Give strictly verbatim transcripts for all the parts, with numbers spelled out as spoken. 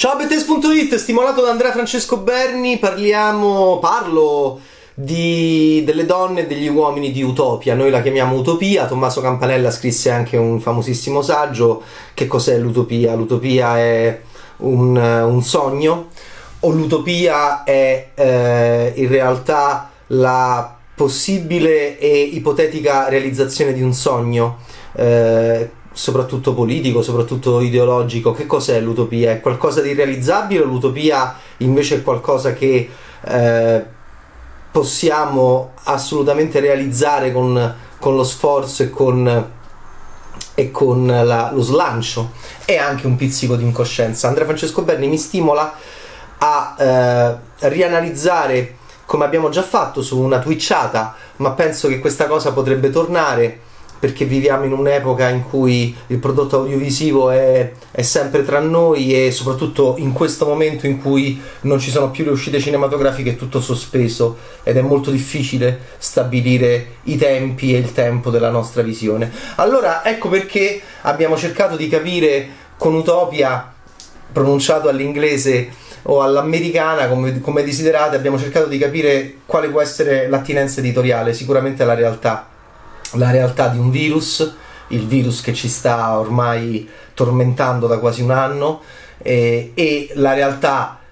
Ciao Bettes punto it, stimolato da Andrea Francesco Berni, parliamo, parlo di, delle donne e degli uomini di Utopia. Noi la chiamiamo Utopia. Tommaso Campanella scrisse anche un famosissimo saggio. Che cos'è l'utopia? L'utopia è un, un sogno, o l'utopia è eh, in realtà la possibile e ipotetica realizzazione di un sogno, eh, soprattutto politico, soprattutto ideologico. Che cos'è l'utopia? È qualcosa di irrealizzabile, o l'utopia invece è qualcosa che eh, possiamo assolutamente realizzare con, con lo sforzo e con, e con la, lo slancio e anche un pizzico di incoscienza? Andrea Francesco Berni mi stimola a eh, rianalizzare, come abbiamo già fatto su una twitchata, ma penso che questa cosa potrebbe tornare, perché viviamo in un'epoca in cui il prodotto audiovisivo è, è sempre tra noi, e soprattutto in questo momento in cui non ci sono più le uscite cinematografiche, è tutto sospeso ed è molto difficile stabilire i tempi e il tempo della nostra visione. Allora ecco perché abbiamo cercato di capire con Utopia, pronunciato all'inglese o all'americana come, come desiderate, abbiamo cercato di capire quale può essere l'attinenza editoriale. Sicuramente la realtà la realtà di un virus, il virus che ci sta ormai tormentando da quasi un anno, eh, e la realtà,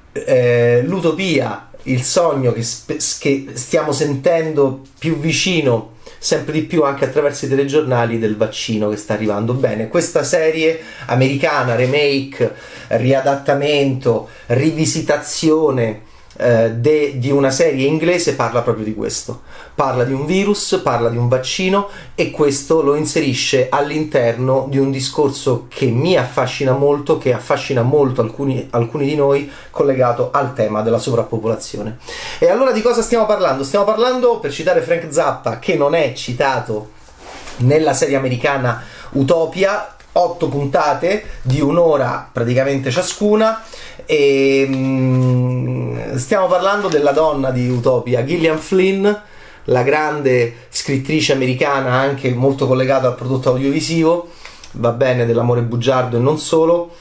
eh, l'utopia, il sogno che, che stiamo sentendo più vicino, sempre di più anche attraverso i telegiornali, del vaccino che sta arrivando. Bene, questa serie americana, remake, riadattamento, rivisitazione eh, de, di una serie inglese, parla proprio di questo. Parla di un virus, parla di un vaccino, e questo lo inserisce all'interno di un discorso che mi affascina molto, che affascina molto alcuni, alcuni di noi, collegato al tema della sovrappopolazione. E allora di cosa stiamo parlando? Stiamo parlando, per citare Frank Zappa, che non è citato nella serie americana Utopia, otto puntate di un'ora praticamente ciascuna, e mm, stiamo parlando della donna di Utopia, Gillian Flynn, la grande scrittrice americana, anche molto collegata al prodotto audiovisivo, va bene, dell'amore bugiardo e non solo,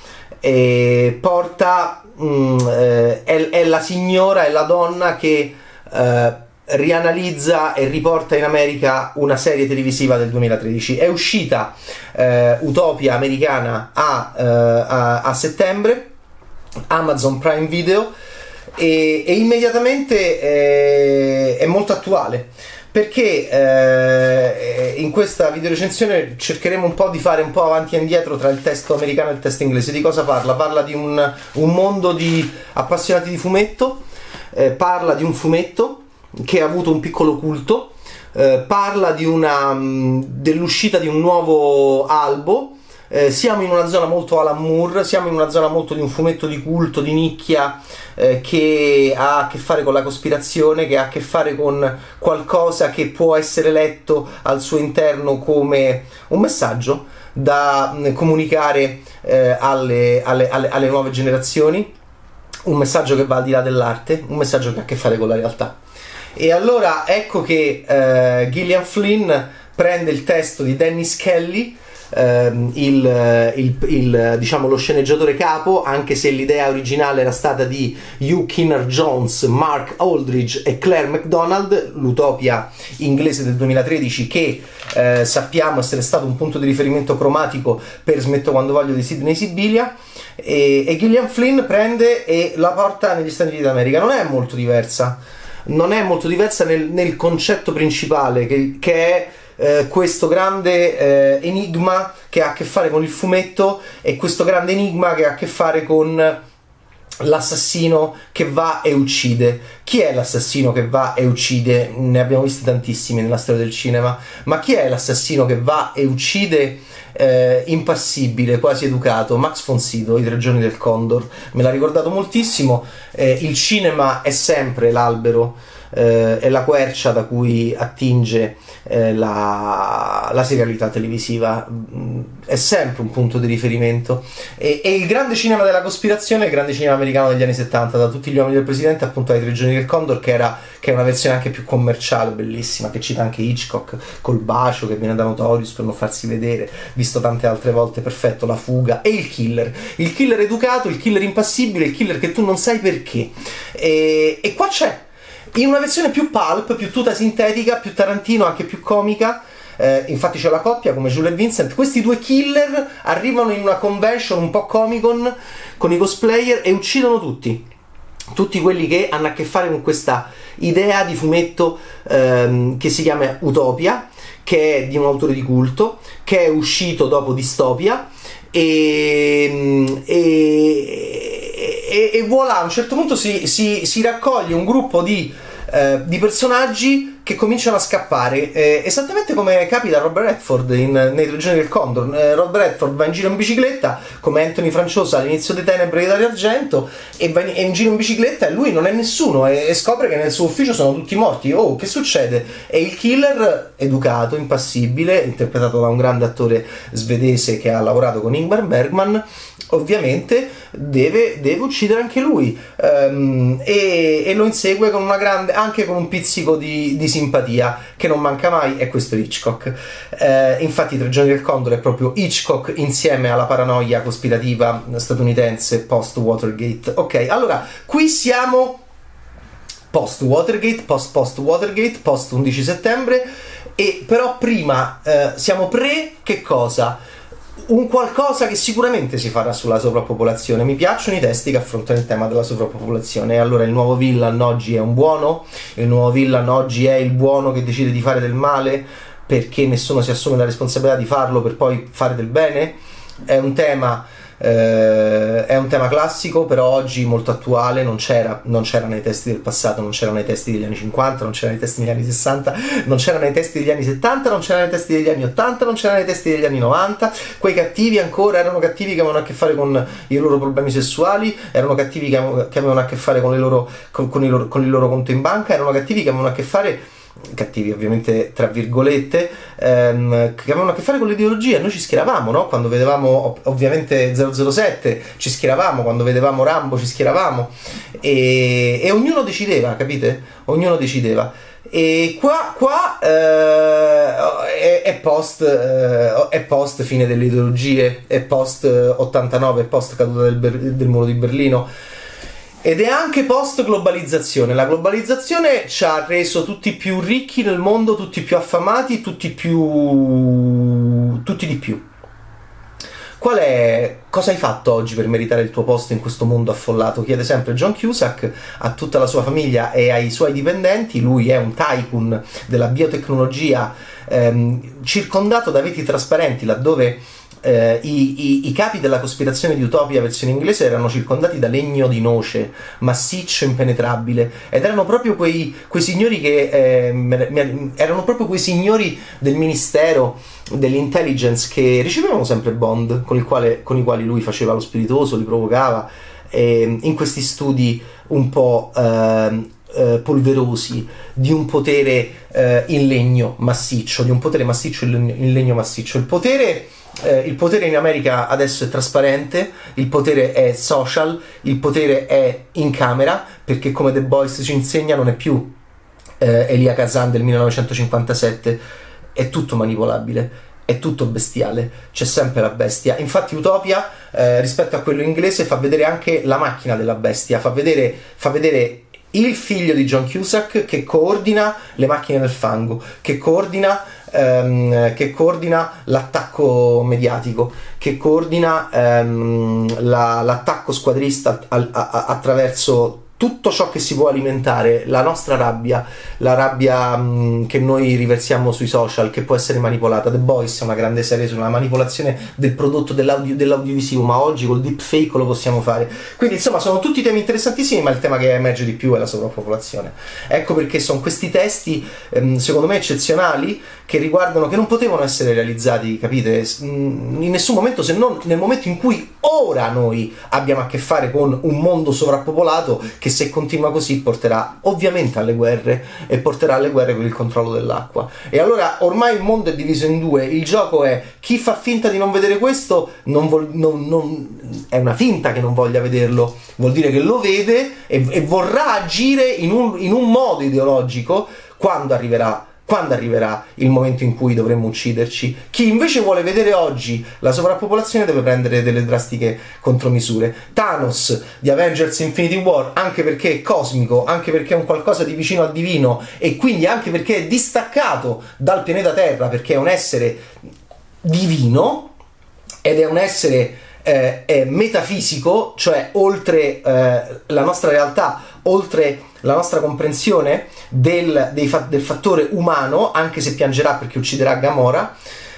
e porta mm, eh, è, è la signora, è la donna che eh, rianalizza e riporta in America una serie televisiva del duemilatredici. È uscita eh, Utopia americana a, eh, a, a settembre, Amazon Prime Video, e, e immediatamente eh, è molto attuale, perché eh, in questa videorecensione cercheremo un po' di fare un po' avanti e indietro tra il testo americano e il testo inglese. Di cosa parla? Parla di un, un mondo di appassionati di fumetto, eh, parla di un fumetto che ha avuto un piccolo culto, eh, parla di una, dell'uscita di un nuovo albo. Eh, siamo in una zona molto Alan Moore, siamo in una zona molto di un fumetto di culto, di nicchia, eh, che ha a che fare con la cospirazione, che ha a che fare con qualcosa che può essere letto al suo interno come un messaggio da mh, comunicare eh, alle, alle, alle, alle nuove generazioni, un messaggio che va al di là dell'arte, un messaggio che ha a che fare con la realtà. E allora ecco che eh, Gillian Flynn prende il testo di Dennis Kelly, Uh, il, il, il, diciamo, lo sceneggiatore capo, anche se l'idea originale era stata di Hugh Kinner Jones, Mark Aldridge e Claire McDonald, l'Utopia inglese del duemilatredici, che uh, sappiamo essere stato un punto di riferimento cromatico per Smetto quando voglio di Sidney Sibilia, e, e Gillian Flynn prende e la porta negli Stati Uniti d'America. Non è molto diversa, non è molto diversa nel, nel concetto principale, che, che è Eh, questo grande eh, enigma che ha a che fare con il fumetto, e questo grande enigma che ha a che fare con l'assassino che va e uccide. Chi è l'assassino che va e uccide? Ne abbiamo visti tantissimi nella storia del cinema, ma chi è l'assassino che va e uccide eh, impassibile, quasi educato? Max von Sydow, I tre giorni del Condor, me l'ha ricordato moltissimo. Eh, il cinema è sempre l'albero eh, è la quercia da cui attinge eh, la, la serialità televisiva, è sempre un punto di riferimento, e, e il grande cinema della cospirazione, il grande cinema americano degli anni settanta, da Tutti gli uomini del presidente appunto ai Tre giorni del Condor, che era che è una versione anche più commerciale, bellissima, che cita anche Hitchcock col bacio che viene da Notorious per non farsi vedere, visto tante altre volte, perfetto, La fuga, e il killer il killer educato, il killer impassibile, il killer che tu non sai perché, e, e qua c'è in una versione più pulp, più tuta sintetica, più Tarantino, anche più comica. Eh, infatti c'è la coppia come Jules e Vincent, questi due killer arrivano in una convention un po' Comic-Con con i cosplayer e uccidono tutti tutti quelli che hanno a che fare con questa idea di fumetto ehm, che si chiama Utopia, che è di un autore di culto, che è uscito dopo Distopia, e, e, e, e voilà, a un certo punto si, si, si raccoglie un gruppo di, eh, di personaggi che cominciano a scappare, eh, esattamente come capita a Robert Redford in, nei Tre giorni del Condor. eh, Robert Redford va in giro in bicicletta come Anthony Franciosa all'inizio dei Tenebre di Dario Argento, e va in, è in giro in bicicletta e lui non è nessuno, e, e scopre che nel suo ufficio sono tutti morti. Oh, che succede? E il killer educato, impassibile, interpretato da un grande attore svedese che ha lavorato con Ingmar Bergman, ovviamente deve, deve uccidere anche lui, um, e, e lo insegue con una grande, anche con un pizzico di, di simpatia che non manca mai, e questo è Hitchcock. Eh, infatti Tre giorni del Condor è proprio Hitchcock insieme alla paranoia cospirativa statunitense post Watergate. Ok, allora qui siamo post Watergate, post post Watergate, post undici settembre, e però prima eh, siamo pre che cosa? Un qualcosa che sicuramente si farà sulla sovrappopolazione. Mi piacciono i testi che affrontano il tema della sovrappopolazione. E allora il nuovo villain oggi è un buono, il nuovo villain oggi è il buono che decide di fare del male perché nessuno si assume la responsabilità di farlo per poi fare del bene. È un tema eh, è un tema classico, però oggi molto attuale. Non c'era, non c'era nei testi del passato, non c'era nei testi degli anni cinquanta, non c'era nei testi degli anni sessanta, non c'era nei testi degli anni settanta, non c'era nei testi degli anni ottanta, non c'era nei testi degli anni novanta. Quei cattivi ancora erano cattivi che avevano a che fare con i loro problemi sessuali, erano cattivi che avevano a che fare con, le loro, con, con, i loro, con il loro conto in banca, erano cattivi che avevano a che fare, cattivi ovviamente tra virgolette, ehm, che avevano a che fare con l'ideologia. Noi ci schieravamo, no? Quando vedevamo ovviamente zero zero sette ci schieravamo, quando vedevamo Rambo ci schieravamo, e, e ognuno decideva, capite? Ognuno decideva. E qua, qua eh, è, è post eh, è post fine delle ideologie, è post ottantanove, è post caduta del, del muro di Berlino. Ed è anche post globalizzazione. La globalizzazione ci ha reso tutti più ricchi nel mondo, tutti più affamati, tutti più tutti di più. Qual è, cosa hai fatto oggi per meritare il tuo posto in questo mondo affollato? Chiede sempre John Cusack a tutta la sua famiglia e ai suoi dipendenti. Lui è un tycoon della biotecnologia, ehm, circondato da veti trasparenti, laddove Eh, i, i, i capi della cospirazione di Utopia versione inglese erano circondati da legno di noce massiccio, impenetrabile, ed erano proprio quei, quei signori che eh, erano proprio quei signori del ministero dell'intelligence che ricevevano sempre Bond, con il quale, con i quali lui faceva lo spiritoso, li provocava, eh, in questi studi un po' eh, eh, polverosi di un potere eh, in legno massiccio, di un potere massiccio in legno, in legno massiccio. Il potere Eh, il potere in America adesso è trasparente, il potere è social, il potere è in camera, perché come The Boys ci insegna non è più eh, Elia Kazan del millenovecentocinquantasette, è tutto manipolabile, è tutto bestiale, c'è sempre la bestia. Infatti Utopia eh, rispetto a quello inglese fa vedere anche la macchina della bestia, fa vedere, fa vedere il figlio di John Cusack che coordina le macchine del fango, che coordina ehm, che coordina l'attacco mediatico, che coordina ehm, la, l'attacco squadrista a, a, attraverso tutto ciò che si può alimentare, la nostra rabbia, la rabbia mh, che noi riversiamo sui social, che può essere manipolata. The Boys è una grande serie sulla manipolazione del prodotto dell'audio, dell'audiovisivo, ma oggi col deepfake lo possiamo fare. Quindi insomma sono tutti temi interessantissimi, ma il tema che emerge di più è la sovrappopolazione. Ecco perché sono questi testi ehm, secondo me eccezionali, che riguardano, che non potevano essere realizzati, capite, in nessun momento, se non nel momento in cui ora noi abbiamo a che fare con un mondo sovrappopolato che che se continua così porterà ovviamente alle guerre e porterà alle guerre per il controllo dell'acqua. E allora ormai il mondo è diviso in due, il gioco è chi fa finta di non vedere questo non vol- non, non, è una finta che non voglia vederlo, vuol dire che lo vede e, e vorrà agire in un, in un modo ideologico quando arriverà quando arriverà il momento in cui dovremmo ucciderci. Chi invece vuole vedere oggi la sovrappopolazione deve prendere delle drastiche contromisure. Thanos di Avengers Infinity War, anche perché è cosmico, anche perché è un qualcosa di vicino al divino e quindi anche perché è distaccato dal pianeta Terra, perché è un essere divino ed è un essere eh, è metafisico, cioè oltre eh, la nostra realtà, oltre la nostra comprensione del, dei fa- del fattore umano, anche se piangerà perché ucciderà Gamora.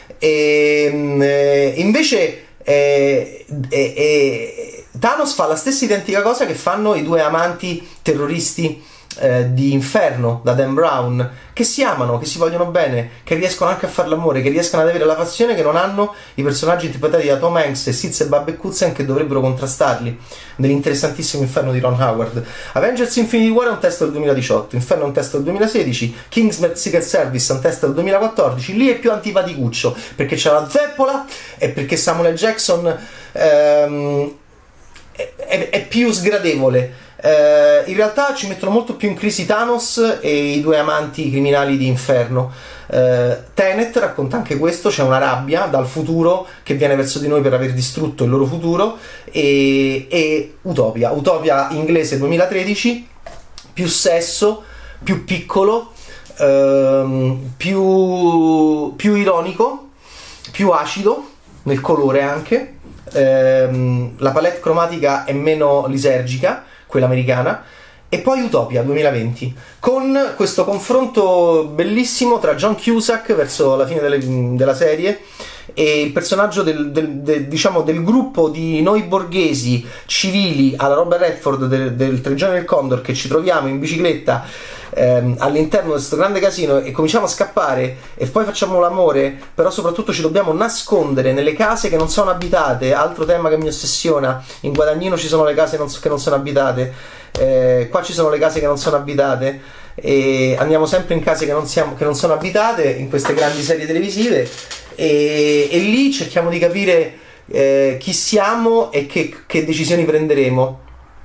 E eh, invece eh, eh, eh, Thanos fa la stessa identica cosa che fanno i due amanti terroristi eh, di Inferno da Dan Brown, che si amano, che si vogliono bene, che riescono anche a fare l'amore, che riescono ad avere la passione che non hanno i personaggi interpretati da Tom Hanks e Sid Sebab Kutzen, che dovrebbero contrastarli nell'interessantissimo Inferno di Ron Howard. Avengers Infinity War è un testo del duemiladiciotto, Inferno è un testo del duemilasedici, Kingsman Secret Service è un testo del duemilaquattordici. Lì è più antipaticuccio perché c'è la zeppola e perché Samuel L. Jackson ehm, è, è, è più sgradevole. Uh, in realtà ci mettono molto più in crisi Thanos e i due amanti criminali di Inferno. uh, Tenet racconta anche questo, c'è una rabbia dal futuro che viene verso di noi per aver distrutto il loro futuro, e, e Utopia Utopia inglese duemilatredici, più sesso, più piccolo, uh, più, più ironico, più acido nel colore anche, uh, la palette cromatica è meno lisergica, quella americana. E poi Utopia duemilaventi, con questo confronto bellissimo tra John Cusack verso la fine delle, della serie e il personaggio del, del, del, diciamo, del gruppo di noi borghesi civili alla Robert Redford del, del Tre Giorni del Condor, che ci troviamo in bicicletta ehm, all'interno di questo grande casino e cominciamo a scappare e poi facciamo l'amore, però soprattutto ci dobbiamo nascondere nelle case che non sono abitate. Altro tema che mi ossessiona: in Guadagnino ci sono le case non, che non sono abitate, eh, qua ci sono le case che non sono abitate e andiamo sempre in case che non, siamo, che non sono abitate in queste grandi serie televisive, e, e lì cerchiamo di capire eh, chi siamo e che, che decisioni prenderemo.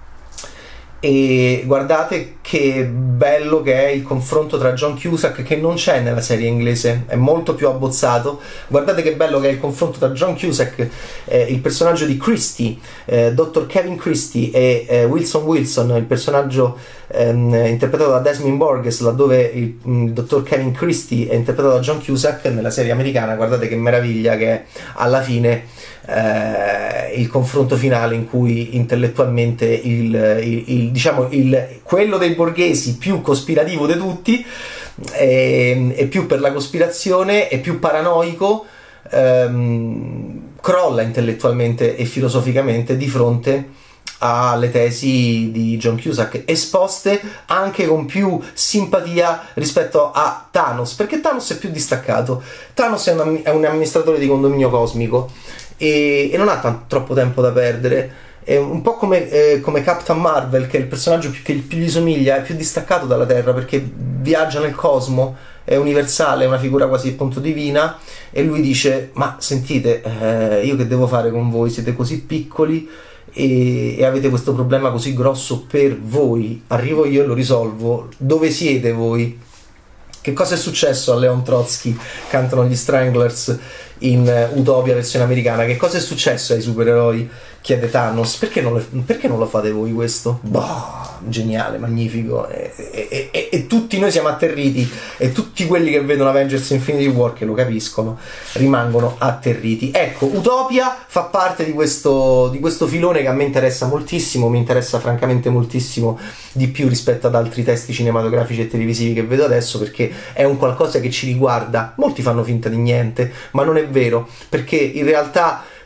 E guardate che bello che è il confronto tra John Cusack, che non c'è nella serie inglese, è molto più abbozzato. Guardate che bello che è il confronto tra John Cusack, eh, il personaggio di Christie, eh, dottor Kevin Christie, e eh, Wilson Wilson, il personaggio ehm, interpretato da Desmond Borges, laddove il, il dottor Kevin Christie è interpretato da John Cusack nella serie americana. Guardate che meraviglia che è alla fine eh, il confronto finale, in cui intellettualmente il, il, il diciamo il, quello dei borghesi più cospirativo di tutti e, e più per la cospirazione e più paranoico ehm, crolla intellettualmente e filosoficamente di fronte alle tesi di John Cusack, esposte anche con più simpatia rispetto a Thanos, perché Thanos è più distaccato. Thanos è un, è un amministratore di condominio cosmico e, e non ha tanto, troppo tempo da perdere. È un po' come, eh, come Captain Marvel, che è il personaggio più, che più gli somiglia, è più distaccato dalla Terra perché viaggia nel cosmo, è universale, è una figura quasi appunto divina, e lui dice: ma sentite, eh, io che devo fare con voi? Siete così piccoli e, e avete questo problema così grosso per voi, arrivo io e lo risolvo. Dove siete voi? Che cosa è successo a Leon Trotsky? Cantano gli Stranglers in Utopia versione americana. Che cosa è successo ai supereroi? Chiede Thanos. Perché non, le, perché non lo fate voi questo? Boh, geniale, magnifico, e, e, e, e tutti noi siamo atterriti, e tutti quelli che vedono Avengers Infinity War, che lo capiscono, rimangono atterriti. Ecco, Utopia fa parte di questo, di questo filone che a me interessa moltissimo, mi interessa francamente moltissimo di più rispetto ad altri testi cinematografici e televisivi che vedo adesso, perché è un qualcosa che ci riguarda. Molti fanno finta di niente, ma non è vero, perché in realtà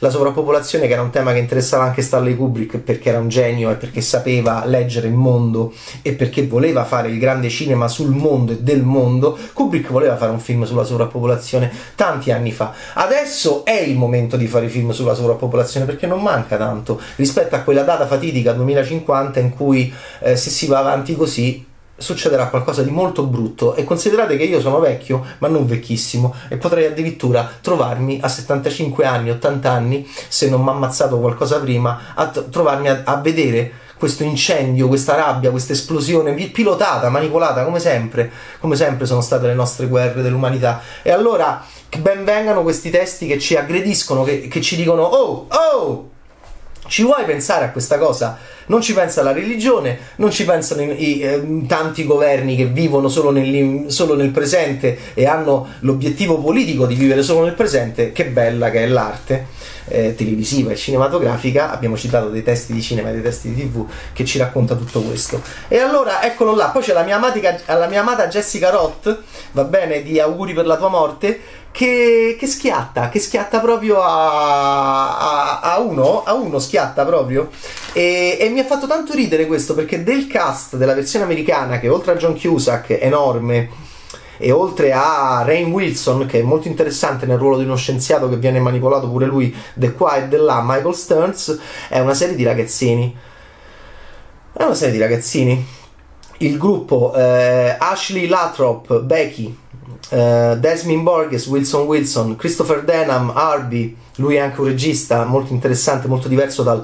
la sovrappopolazione, che era un tema che interessava anche Stanley Kubrick perché era un genio e perché sapeva leggere il mondo e perché voleva fare il grande cinema sul mondo e del mondo. Kubrick voleva fare un film sulla sovrappopolazione tanti anni fa. Adesso è il momento di fare film sulla sovrappopolazione, perché non manca tanto rispetto a quella data fatidica duemilacinquanta in cui eh, se si va avanti così succederà qualcosa di molto brutto. E considerate che io sono vecchio, ma non vecchissimo, e potrei addirittura trovarmi a settantacinque anni, ottanta anni, se non mi ha ammazzato qualcosa prima, a t- trovarmi a, a vedere questo incendio, questa rabbia, questa esplosione pilotata, manipolata, come sempre, come sempre sono state le nostre guerre dell'umanità. E allora che ben vengano questi testi che ci aggrediscono, che, che ci dicono: oh, oh, ci vuoi pensare a questa cosa? Non ci pensa la religione, non ci pensano i, i eh, tanti governi che vivono solo, solo nel presente e hanno l'obiettivo politico di vivere solo nel presente. Che bella che è l'arte eh, televisiva e cinematografica. Abbiamo citato dei testi di cinema e dei testi di tv che ci racconta tutto questo. E allora eccolo là. Poi c'è la mia, amatica, la mia amata Jessica Roth, va bene, di Auguri per la tua morte, Che, che schiatta, che schiatta proprio a, a, a uno, a uno schiatta proprio. E, e mi ha fatto tanto ridere questo, perché del cast della versione americana, che oltre a John Cusack, enorme, e oltre a Rainn Wilson, che è molto interessante nel ruolo di uno scienziato che viene manipolato pure lui da qua e da là, Michael Stearns, è una serie di ragazzini. È una serie di ragazzini. Il gruppo eh, Ashley Lathrop, Becky, Uh, Desmond Borges, Wilson Wilson, Christopher Denham, Harvey, lui è anche un regista molto interessante, molto diverso dal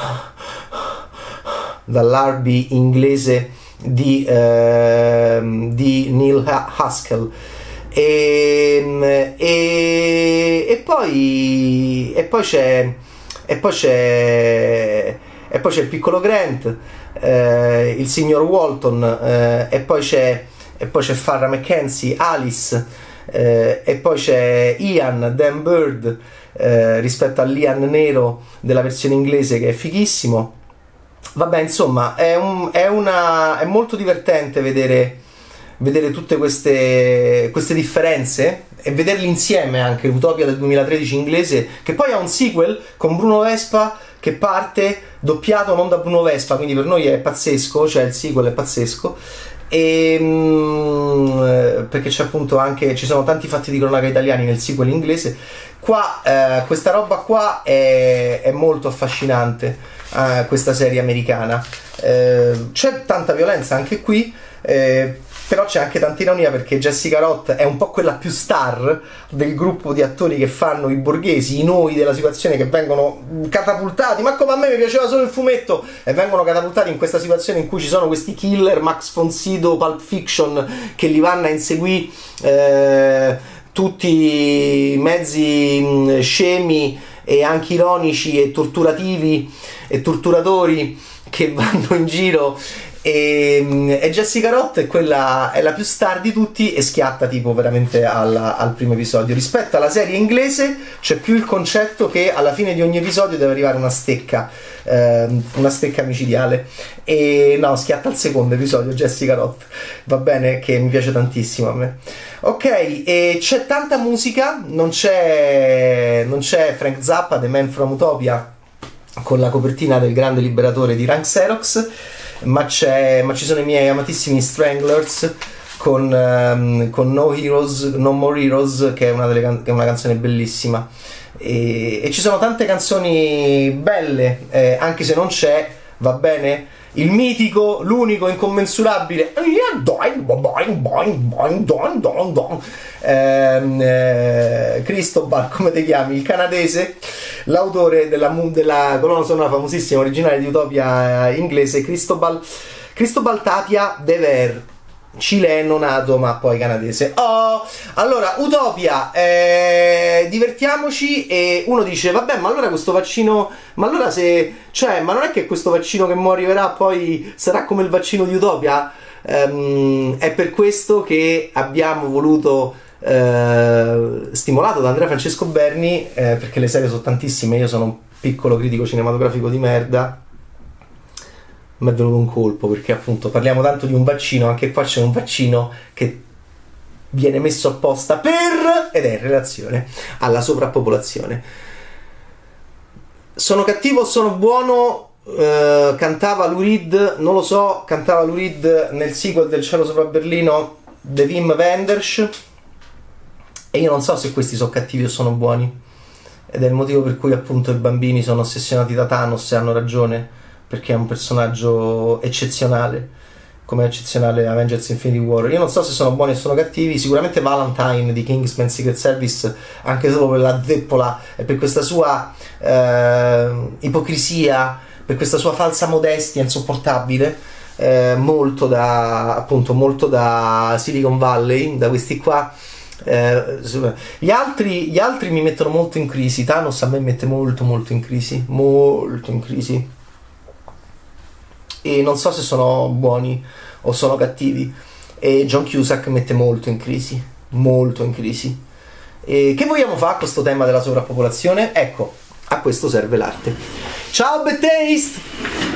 dall'Harvey inglese di, uh, di Neil Haskell. E, e, e poi e poi c'è e poi c'è e poi c'è il piccolo Grant, eh, il signor Walton, eh, e poi c'è e poi c'è Farrah McKenzie, Alice, eh, e poi c'è Ian, Dan Bird, eh, rispetto all'Ian nero della versione inglese, che è fighissimo. Vabbè, insomma, è, un, è, una, è molto divertente vedere, vedere tutte queste, queste differenze e vederli insieme, anche Utopia del duemilatredici inglese, che poi ha un sequel con Bruno Vespa che parte doppiato non da Bruno Vespa, quindi per noi è pazzesco, cioè il sequel è pazzesco. E, mh, perché c'è appunto anche, ci sono tanti fatti di cronaca italiani nel sequel inglese. Qua eh, questa roba qua è, è molto affascinante, eh, questa serie americana. Eh, c'è tanta violenza anche qui, eh, però c'è anche tanta ironia, perché Jessica Roth è un po' quella più star del gruppo di attori che fanno i borghesi, i noi della situazione, che vengono catapultati, ma come a me mi piaceva solo il fumetto, e vengono catapultati in questa situazione in cui ci sono questi killer, Max von Sydow, Pulp Fiction, che li vanno a inseguire, eh, tutti mezzi mh, scemi e anche ironici e torturativi e torturatori che vanno in giro. E, e Jessica Roth è quella, è la più star di tutti, e schiatta tipo veramente alla, al primo episodio. Rispetto alla serie inglese c'è più il concetto che alla fine di ogni episodio deve arrivare una stecca, eh, una stecca micidiale, e no, schiatta al secondo episodio Jessica Roth, va bene, che mi piace tantissimo a me. Ok, e c'è tanta musica, non c'è, non c'è Frank Zappa, The Man from Utopia, con la copertina del grande liberatore di Rank Xerox, ma, c'è, ma ci sono i miei amatissimi Stranglers con, um, con No Heroes, No More Heroes, che è una, delle can- che è una canzone bellissima, e, e ci sono tante canzoni belle, eh, anche se non c'è, va bene, il mitico, l'unico, incommensurabile ehm, eh, Cristobal, come ti chiami, il canadese, l'autore della, della colonna sonora famosissima originale di Utopia inglese, Cristobal Cristobal Tapia De Ver, cileno nato ma poi canadese. Oh, allora Utopia, eh, divertiamoci. E uno dice vabbè, ma allora questo vaccino, ma allora se, cioè, ma non è che questo vaccino che mo arriverà poi sarà come il vaccino di Utopia? Um, è per questo che abbiamo voluto, eh, stimolato da Andrea Francesco Berni, eh, perché le serie sono tantissime, io sono un piccolo critico cinematografico di merda, mi è venuto un colpo, perché appunto parliamo tanto di un vaccino, anche qua c'è un vaccino che viene messo apposta per, ed è in relazione alla sovrappopolazione. sono cattivo o sono buono? Uh, cantava Lou Reed, non lo so, cantava Lou Reed nel sequel del Cielo sopra Berlino, The Wim Wenders, e io non so se questi sono cattivi o sono buoni, ed è il motivo per cui appunto i bambini sono ossessionati da Thanos e hanno ragione, perché è un personaggio eccezionale, come è eccezionale Avengers Infinity War. Io non so se sono buoni o sono cattivi, sicuramente Valentine di Kingsman Secret Service, anche solo per la zeppola e per questa sua eh, ipocrisia, per questa sua falsa modestia insopportabile, eh, molto da appunto molto da Silicon Valley, da questi qua. Eh, gli altri gli altri mi mettono molto in crisi. Thanos a me mette molto molto in crisi, molto in crisi, e non so se sono buoni o sono cattivi, e John Cusack mette molto in crisi, molto in crisi. E che vogliamo fare a questo tema della sovrappopolazione? Ecco, a questo serve l'arte. Ciao Bad Taste!